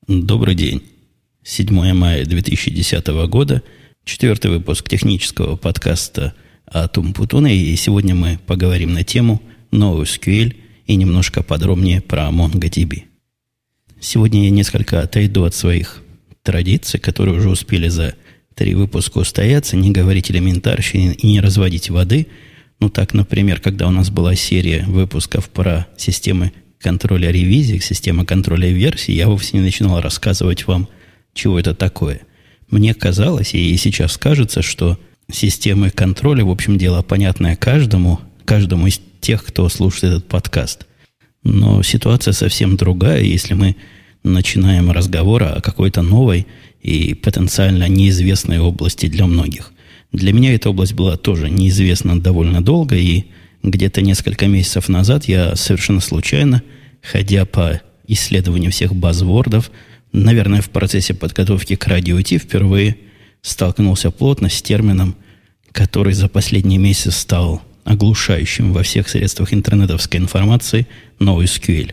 Добрый день. 7 мая 2010 года, 4-й выпуск технического подкаста от Умпутуна, и сегодня мы поговорим на тему NoSQL и немножко подробнее про MongoDB. Сегодня я несколько отойду от своих традиций, которые уже успели за 3 выпуска устояться, не говорить элементарщины и не разводить воды. Ну так, например, когда у нас была серия выпусков про системы контроля ревизий, системы контроля версий, я вовсе не начинал рассказывать вам, чего это такое. Мне казалось, и сейчас кажется, что системы контроля, в общем, дело понятное каждому из тех, кто слушает этот подкаст. Но ситуация совсем другая, если мы начинаем разговор о какой-то новой и потенциально неизвестной области для многих. Для меня эта область была тоже неизвестна довольно долго, и где-то несколько месяцев назад я совершенно случайно, ходя по исследованию всех базвордов, наверное, в процессе подготовки к радио Ти, впервые столкнулся плотно с термином, который за последние месяцы стал оглушающим во всех средствах интернетовской информации – NoSQL.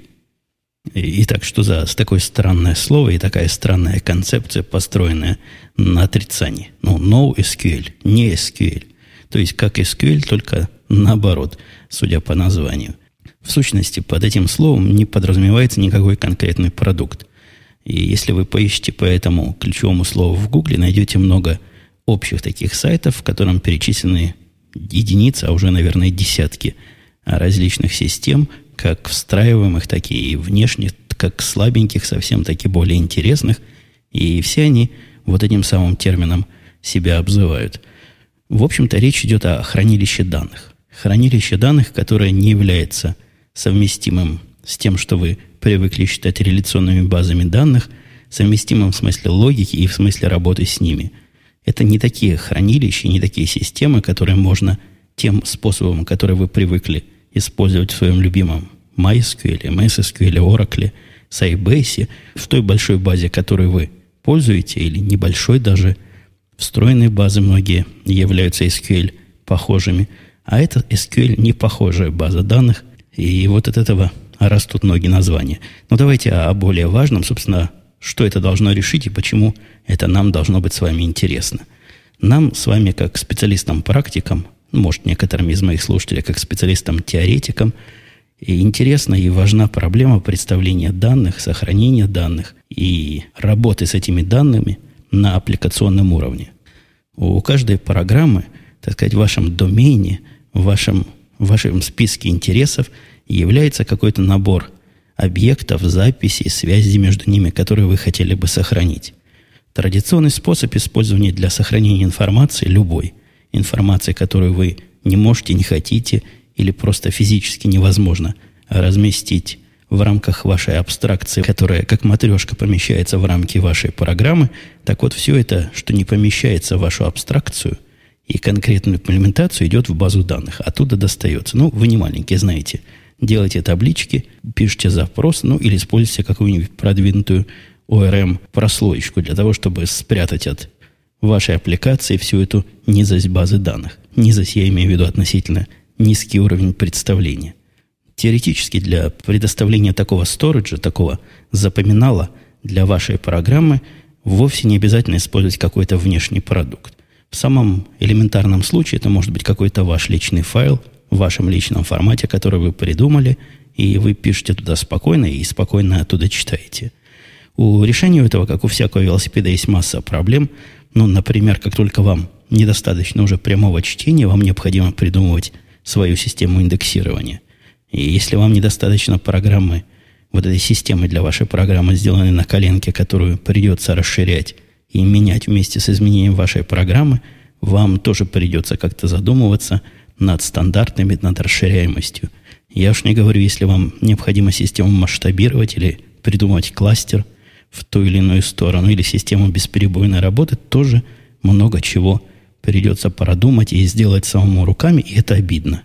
Итак, что за такое странное слово и такая странная концепция, построенная на отрицании? NoSQL, не SQL. То есть, как SQL, только наоборот, судя по названию. В сущности, под этим словом не подразумевается никакой конкретный продукт. И если вы поищете по этому ключевому слову в Гугле, найдете много общих таких сайтов, в котором перечислены единицы, а уже, наверное, десятки различных систем, как встраиваемых, так и внешних, как слабеньких, совсем таки более интересных. И все они вот этим самым термином себя обзывают. В общем-то, речь идет о хранилище данных. Хранилище данных, которое не является совместимым с тем, что вы привыкли считать реляционными базами данных, совместимым в смысле логики и в смысле работы с ними. Это не такие хранилища, не такие системы, которые можно тем способом, который вы привыкли использовать в своем любимом MySQL, MSSQL, Oracle, Sybase, в той большой базе, которой вы пользуете, или небольшой даже. Встроенные базы многие являются SQL похожими, а это SQL не похожая база данных, и вот от этого растут многие названия. Но давайте о более важном, собственно, что это должно решить и почему это нам должно быть с вами интересно. Нам с вами, как специалистам-практикам, может, некоторым из моих слушателей, как специалистам-теоретикам, интересна и важна проблема представления данных, сохранения данных и работы с этими данными на аппликационном уровне. У каждой программы, так сказать, в вашем домене, в вашем списке интересов является какой-то набор объектов, записей, связей между ними, которые вы хотели бы сохранить. Традиционный способ использования для сохранения информации, любой информации, которую вы не можете, не хотите или просто физически невозможно разместить в рамках вашей абстракции, которая как матрешка помещается в рамки вашей программы, так вот все это, что не помещается в вашу абстракцию и конкретную имплементацию, идет в базу данных. Оттуда достается. Вы не маленькие, знаете. Делайте таблички, пишите запрос, или используйте какую-нибудь продвинутую ORM-прослоечку для того, чтобы спрятать от вашей аппликации всю эту низость базы данных. Низость я имею в виду относительно низкий уровень представления. Теоретически для предоставления такого сториджа, такого запоминала для вашей программы вовсе не обязательно использовать какой-то внешний продукт. В самом элементарном случае это может быть какой-то ваш личный файл в вашем личном формате, который вы придумали, и вы пишете туда спокойно и спокойно оттуда читаете. У решения этого, как у всякого велосипеда, есть масса проблем. Например, как только вам недостаточно уже прямого чтения, вам необходимо придумывать свою систему индексирования. И если вам недостаточно программы, вот этой системы для вашей программы, сделанной на коленке, которую придется расширять и менять вместе с изменением вашей программы, вам тоже придется как-то задумываться над стандартами, над расширяемостью. Я уж не говорю, если вам необходимо систему масштабировать или придумывать кластер в ту или иную сторону, или систему бесперебойной работы, тоже много чего придется продумать и сделать самому руками, и это обидно.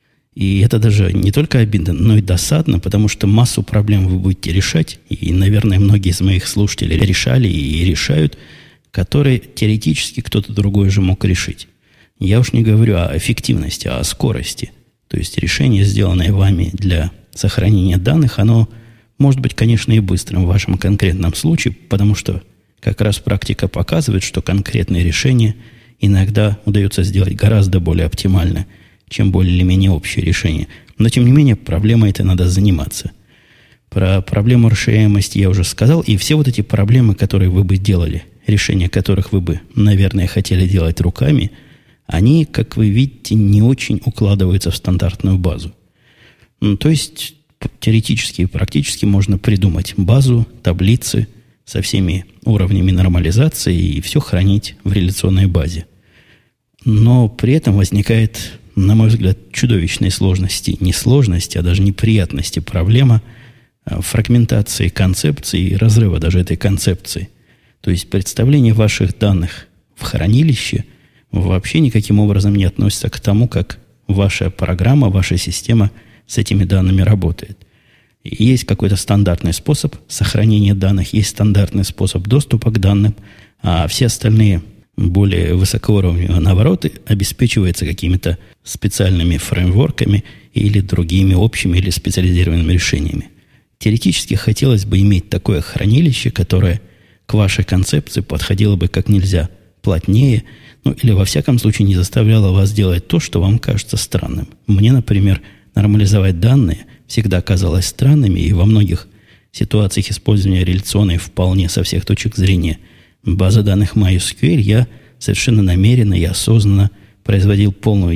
И это даже не только обидно, но и досадно, потому что массу проблем вы будете решать, и, наверное, многие из моих слушателей решали и решают, которые теоретически кто-то другой же мог решить. Я уж не говорю о эффективности, а о скорости. То есть решение, сделанное вами для сохранения данных, оно Может быть, конечно, и быстрым в вашем конкретном случае, потому что как раз практика показывает, что конкретные решения иногда удается сделать гораздо более оптимально, чем более или менее общее решение. Но, тем не менее, проблемой этой надо заниматься. Про проблему расширяемости я уже сказал, и все вот эти проблемы, которые вы бы делали, решения которых вы бы, наверное, хотели делать руками, они, как вы видите, не очень укладываются в стандартную базу. То есть, теоретически и практически можно придумать базу, таблицы со всеми уровнями нормализации и все хранить в реляционной базе. Но при этом возникает, на мой взгляд, чудовищные сложности, не сложности, а даже неприятности, проблема фрагментации концепции и разрыва даже этой концепции. То есть представление ваших данных в хранилище вообще никаким образом не относится к тому, как ваша программа, ваша система с этими данными работает. И есть какой-то стандартный способ сохранения данных, есть стандартный способ доступа к данным, а все остальные более высокоуровневые навороты обеспечиваются какими-то специальными фреймворками или другими общими или специализированными решениями. Теоретически хотелось бы иметь такое хранилище, которое к вашей концепции подходило бы как нельзя плотнее, или во всяком случае не заставляло вас делать то, что вам кажется странным. Мне, например, нормализовать данные всегда казалось странными, и во многих ситуациях использования реляционной вполне со всех точек зрения базы данных MySQL я совершенно намеренно и осознанно производил полную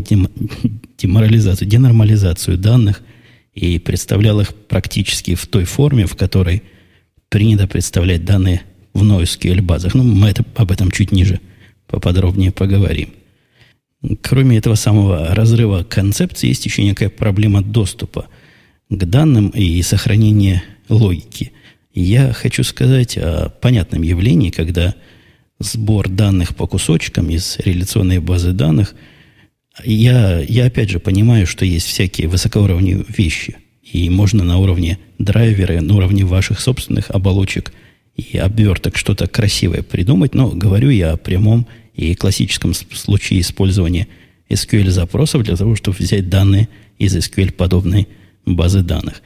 денормализацию данных и представлял их практически в той форме, в которой принято представлять данные в NoSQL базах. Мы об этом чуть ниже поподробнее поговорим. Кроме этого самого разрыва концепции, есть еще некая проблема доступа к данным и сохранения логики. И я хочу сказать о понятном явлении, когда сбор данных по кусочкам из реляционной базы данных, я опять же понимаю, что есть всякие высокоуровневые вещи, и можно на уровне драйвера, на уровне ваших собственных оболочек и обверток что-то красивое придумать, но говорю я о прямом и классическом случае использования SQL-запросов для того, чтобы взять данные из SQL-подобной базы данных.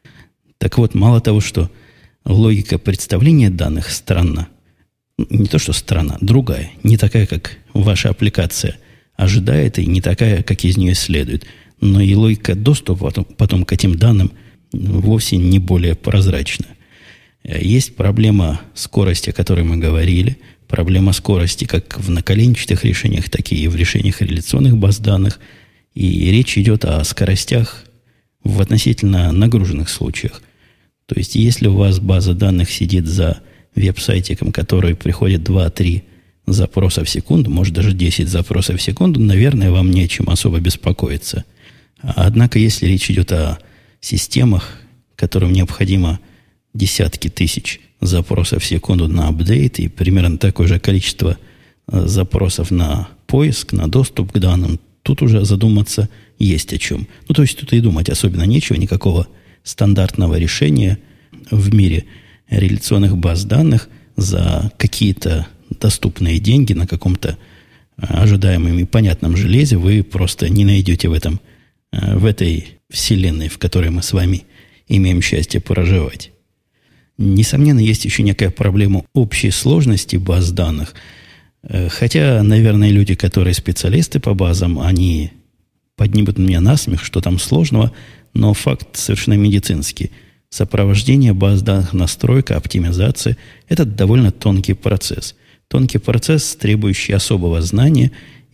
Так вот, мало того, что логика представления данных странна, не то что странна, другая, не такая, как ваша аппликация ожидает, и не такая, как из нее следует, но и логика доступа потом к этим данным вовсе не более прозрачна. Есть проблема скорости, о которой мы говорили, проблема скорости как в наколенчатых решениях, так и в решениях реляционных баз данных. И речь идет о скоростях в относительно нагруженных случаях. То есть, если у вас база данных сидит за веб-сайтиком, который приходит 2-3 запроса в секунду, может даже 10 запросов в секунду, наверное, вам не о чем особо беспокоиться. Однако, если речь идет о системах, которым необходимо десятки тысяч запросов в секунду на апдейт и примерно такое же количество запросов на поиск, на доступ к данным, тут уже задуматься есть о чем. То есть тут и думать особенно нечего, никакого стандартного решения в мире реляционных баз данных за какие-то доступные деньги на каком-то ожидаемом и понятном железе вы просто не найдете в этой вселенной, в которой мы с вами имеем счастье проживать. Несомненно, есть еще некая проблема общей сложности баз данных. Хотя, наверное, люди, которые специалисты по базам, они поднимут меня на смех, что там сложного, но факт совершенно медицинский. Сопровождение баз данных, настройка, оптимизация – это довольно тонкий процесс. Тонкий процесс, требующий особого знания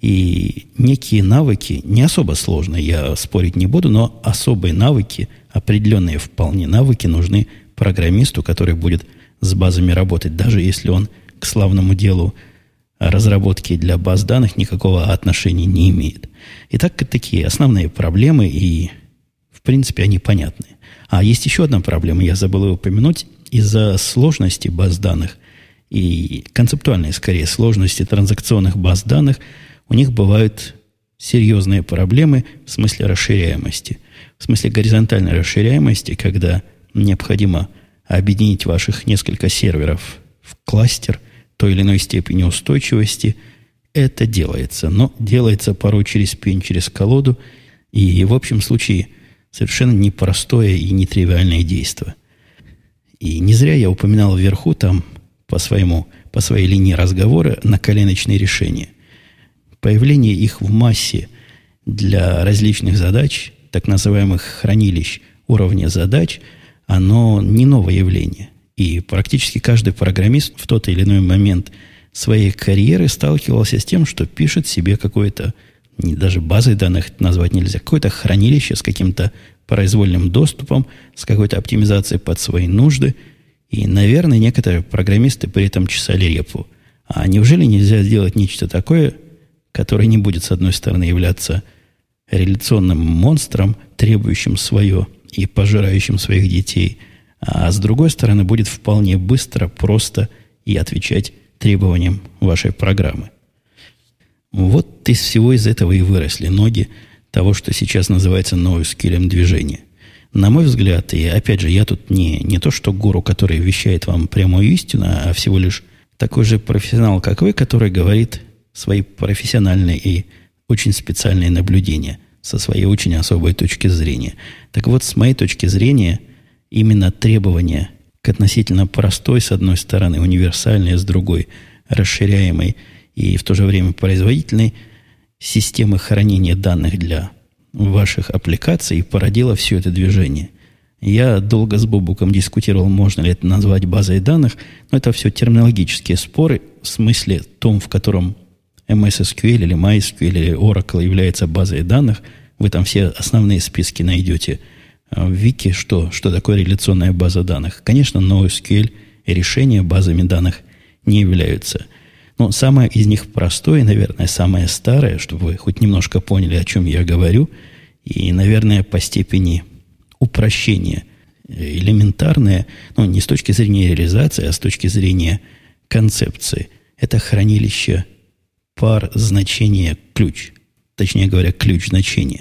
и некие навыки, не особо сложные, я спорить не буду, но особые навыки, определенные вполне навыки нужны программисту, который будет с базами работать, даже если он к славному делу разработки для баз данных никакого отношения не имеет. Итак, такие основные проблемы, и в принципе они понятны. А есть еще одна проблема, я забыл ее упомянуть, из-за сложности баз данных и концептуальной, скорее, сложности транзакционных баз данных, у них бывают серьезные проблемы в смысле расширяемости. В смысле горизонтальной расширяемости, когда необходимо объединить ваших несколько серверов в кластер той или иной степени устойчивости. Это делается, но делается порой через пень, через колоду, и в общем случае совершенно непростое и нетривиальное действие. И не зря я упоминал вверху там по своей линии разговора наколеночные решения. Появление их в массе для различных задач, так называемых хранилищ уровня задач, оно не новое явление. И практически каждый программист в тот или иной момент своей карьеры сталкивался с тем, что пишет себе какое-то, даже базой данных назвать нельзя, какое-то хранилище с каким-то произвольным доступом, с какой-то оптимизацией под свои нужды. И, наверное, некоторые программисты при этом чесали репу. А неужели нельзя сделать нечто такое, которое не будет, с одной стороны, являться реляционным монстром, требующим свое и пожирающим своих детей, а с другой стороны, будет вполне быстро, просто и отвечать требованиям вашей программы? Вот из всего из этого и выросли ноги того, что сейчас называется NoSQL движения. На мой взгляд, и опять же, я тут не то что гуру, который вещает вам прямую истину, а всего лишь такой же профессионал, как вы, который говорит свои профессиональные и очень специальные наблюдения со своей очень особой точки зрения. Так вот, с моей точки зрения, именно требования к относительно простой, с одной стороны, универсальной, с другой, расширяемой и в то же время производительной системы хранения данных для ваших аппликаций породило все это движение. Я долго с Бобуком дискутировал, можно ли это назвать базой данных, но это все терминологические споры в смысле том, в котором MS SQL или MySQL или Oracle является базой данных. Вы там все основные списки найдете в Вики, что такое реляционная база данных. Конечно, NoSQL и решения базами данных не являются. Но самое из них простое, наверное, самое старое, чтобы вы хоть немножко поняли, о чем я говорю, и, наверное, по степени упрощения элементарное, не с точки зрения реализации, а с точки зрения концепции. Это хранилище пар значения ключ. Точнее говоря, ключ значения.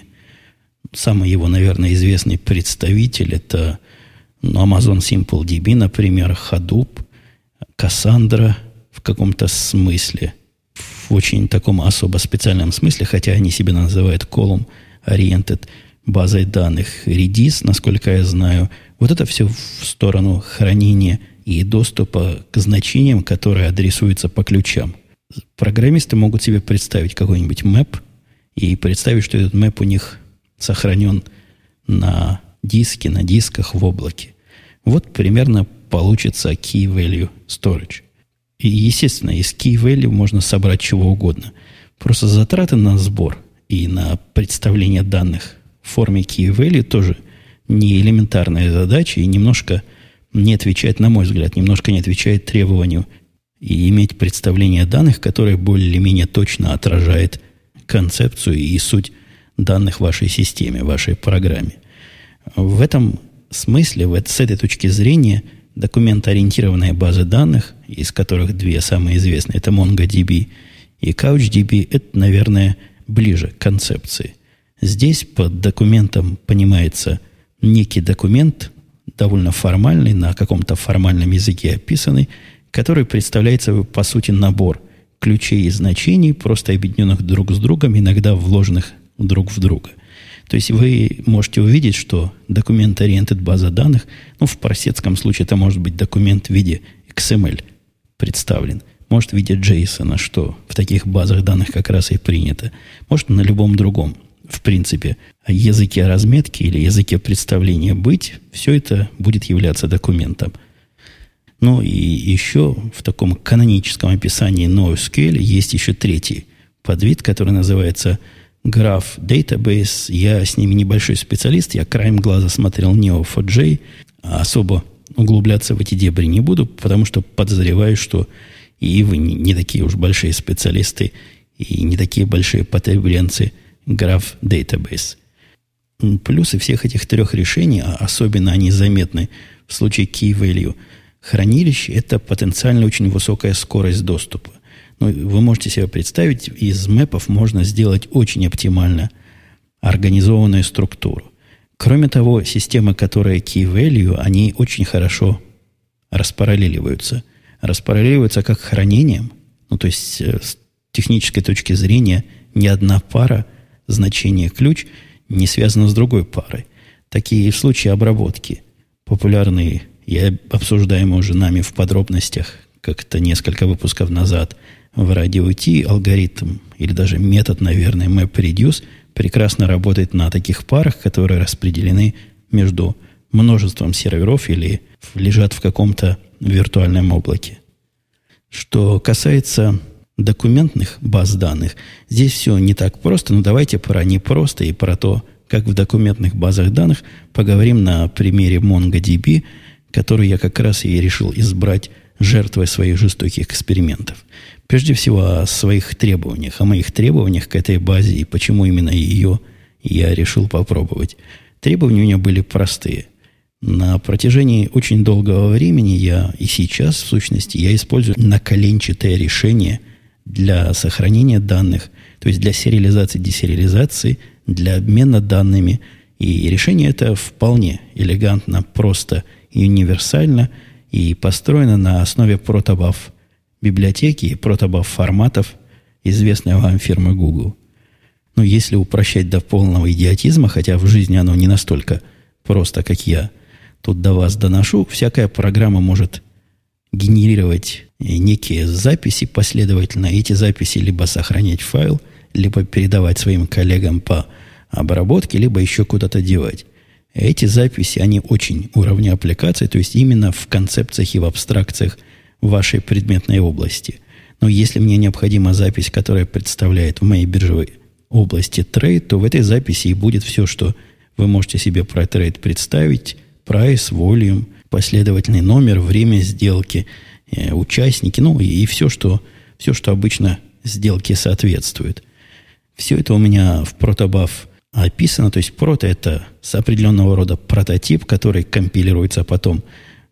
Самый его, наверное, известный представитель – это Amazon SimpleDB, например, Hadoop, Cassandra в каком-то смысле, в очень таком особо специальном смысле, хотя они себя называют column-oriented базой данных. Redis, насколько я знаю, вот это все в сторону хранения и доступа к значениям, которые адресуются по ключам. Программисты могут себе представить какой-нибудь мэп и представить, что этот мэп у них сохранен на диске, на дисках в облаке. Вот примерно получится Key Value Storage. И, естественно, из Key Value можно собрать чего угодно. Просто затраты на сбор и на представление данных в форме Key Value тоже не элементарная задача и немножко не отвечает, на мой взгляд, немножко не отвечает требованию и иметь представление данных, которое более-менее точно отражает концепцию и суть данных в вашей системе, в вашей программе. В этом смысле, с этой точки зрения, документоориентированная база данных, из которых две самые известные, это MongoDB и CouchDB, это, наверное, ближе к концепции. Здесь под документом понимается некий документ, довольно формальный, на каком-то формальном языке описанный, который представляет собой, по сути, набор ключей и значений, просто объединенных друг с другом, иногда вложенных друг в друга. То есть вы можете увидеть, что документ-ориентед база данных, в парсетском случае это может быть документ в виде XML представлен, может в виде JSON, что в таких базах данных как раз и принято, может на любом другом, в принципе, языке разметки или языке представления быть, все это будет являться документом. Ну и еще в таком каноническом описании NoSQL есть еще третий подвид, который называется Graph Database. Я с ними небольшой специалист, я краем глаза смотрел Neo4j, а особо углубляться в эти дебри не буду, потому что подозреваю, что и вы не такие уж большие специалисты и не такие большие потребленцы Graph Database. Плюсы всех этих трех решений, а особенно они заметны в случае Key Value хранилищ, это потенциально очень высокая скорость доступа. Вы можете себе представить, из мэпов можно сделать очень оптимально организованную структуру. Кроме того, системы, которые Key Value, они очень хорошо распараллеливаются. Распараллеливаются как хранением, то есть с технической точки зрения ни одна пара значения ключ не связана с другой парой. Такие в случае обработки популярные и обсуждаемый уже нами в подробностях как-то несколько выпусков назад в Radio T, алгоритм или даже метод, наверное, MapReduce прекрасно работает на таких парах, которые распределены между множеством серверов или лежат в каком-то виртуальном облаке. Что касается документных баз данных, здесь все не так просто, но давайте про непросто и про то, как в документных базах данных, поговорим на примере MongoDB, который я как раз и решил избрать жертвой своих жестоких экспериментов. Прежде всего о своих требованиях, о моих требованиях к этой базе и почему именно ее я решил попробовать. Требования у меня были простые. На протяжении очень долгого времени я и сейчас, в сущности, я использую наколенчатое решение для сохранения данных, то есть для сериализации, десериализации, для обмена данными. И решение это вполне элегантно, просто и универсально, и построено на основе протобаф библиотеки и протобаф форматов, известной вам фирмы Google. Но если упрощать до полного идиотизма, хотя в жизни оно не настолько просто, как я тут до вас доношу, всякая программа может генерировать некие записи последовательно. Эти записи либо сохранять в файл, либо передавать своим коллегам по обработке, либо еще куда-то девать. Эти записи, они очень уровня аппликации, то есть именно в концепциях и в абстракциях вашей предметной области. Но если мне необходима запись, которая представляет в моей биржевой области трейд, то в этой записи и будет все, что вы можете себе про трейд представить: прайс, volume, последовательный номер, время сделки, участники, ну и все, что обычно сделке соответствует. Все это у меня в протобаф описано. То есть прото – это с определенного рода прототип, который компилируется потом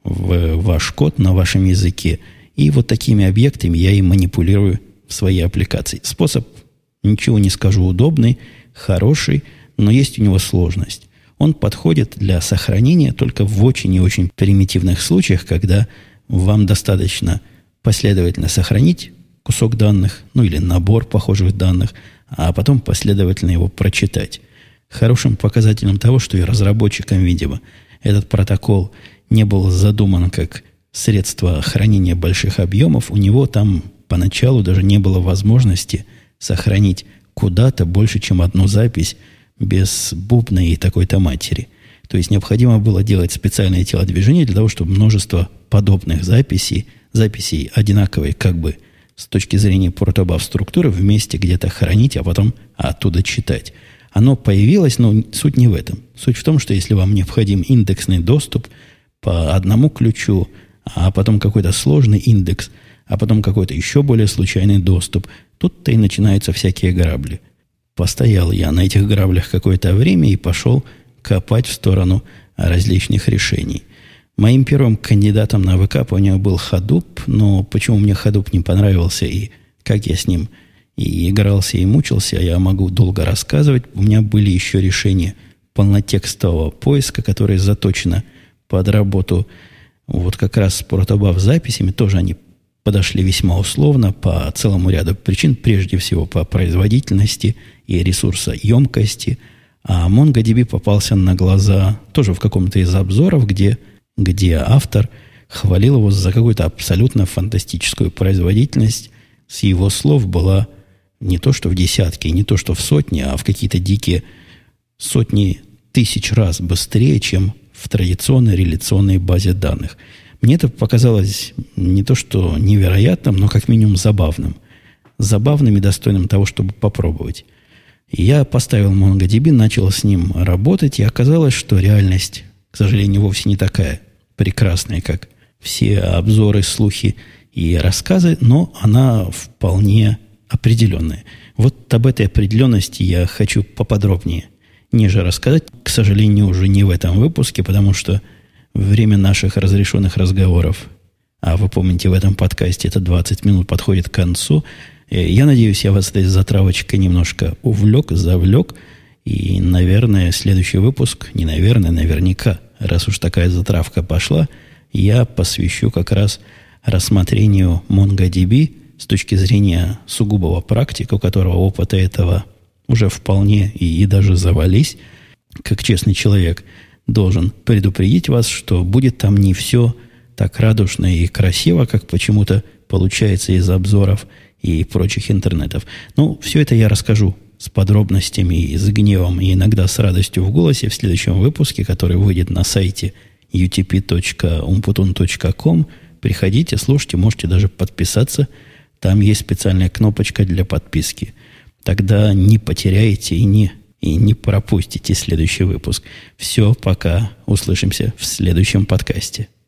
в ваш код на вашем языке. И вот такими объектами я и манипулирую в своей аппликации. Способ, ничего не скажу, удобный, хороший, но есть у него сложность. Он подходит для сохранения только в очень и очень примитивных случаях, когда вам достаточно последовательно сохранить кусок данных, ну или набор похожих данных, а потом последовательно его прочитать. Хорошим показателем того, что и разработчикам, видимо, этот протокол не был задуман как средство хранения больших объемов, у него там поначалу даже не было возможности сохранить куда-то больше, чем одну запись без бубна и такой-то матери. То есть необходимо было делать специальное телодвижение для того, чтобы множество подобных записей одинаковые как бы с точки зрения протобаф структуры вместе где-то хранить, а потом оттуда читать. Оно появилось, но суть не в этом. Суть в том, что если вам необходим индексный доступ по одному ключу, а потом какой-то сложный индекс, а потом какой-то еще более случайный доступ, тут-то и начинаются всякие грабли. Постоял я на этих граблях какое-то время и пошел копать в сторону различных решений. Моим первым кандидатом на выкапывание был Hadoop, но почему мне Hadoop не понравился и как я с ним и игрался, и мучился, я могу долго рассказывать. У меня были еще решения полнотекстового поиска, которые заточены под работу вот как раз с протобаф записями. Тоже они подошли весьма условно по целому ряду причин, прежде всего по производительности и ресурсоемкости. А MongoDB попался на глаза тоже в каком-то из обзоров, где автор хвалил его за какую-то абсолютно фантастическую производительность. С его слов была не то что в десятки, не то что в сотни, а в какие-то дикие сотни тысяч раз быстрее, чем в традиционной реляционной базе данных. Мне это показалось не то что невероятным, но как минимум забавным. Забавным и достойным того, чтобы попробовать. И я поставил MongoDB, начал с ним работать, и оказалось, что реальность, к сожалению, вовсе не такая прекрасная, как все обзоры, слухи и рассказы, но она вполне определенная. Вот об этой определенности я хочу поподробнее ниже рассказать. К сожалению, уже не в этом выпуске, потому что время наших разрешенных разговоров, а вы помните, в этом подкасте это 20 минут, подходит к концу. Я надеюсь, я вас этой затравочкой немножко завлек. И, наверное, следующий выпуск, наверняка, раз уж такая затравка пошла, я посвящу как раз рассмотрению MongoDB с точки зрения сугубого практика, у которого опыта этого уже вполне и даже завались, как честный человек. должен предупредить вас, что будет там не все так радужно и красиво, как почему-то получается из обзоров и прочих интернетов. Ну, все это я расскажу с подробностями и с гневом, и иногда с радостью в голосе в следующем выпуске, который выйдет на сайте utp.umputun.com. Приходите, слушайте, можете даже подписаться. Там есть специальная кнопочка для подписки. Тогда не потеряете и не пропустите следующий выпуск. Все, пока. Услышимся в следующем подкасте.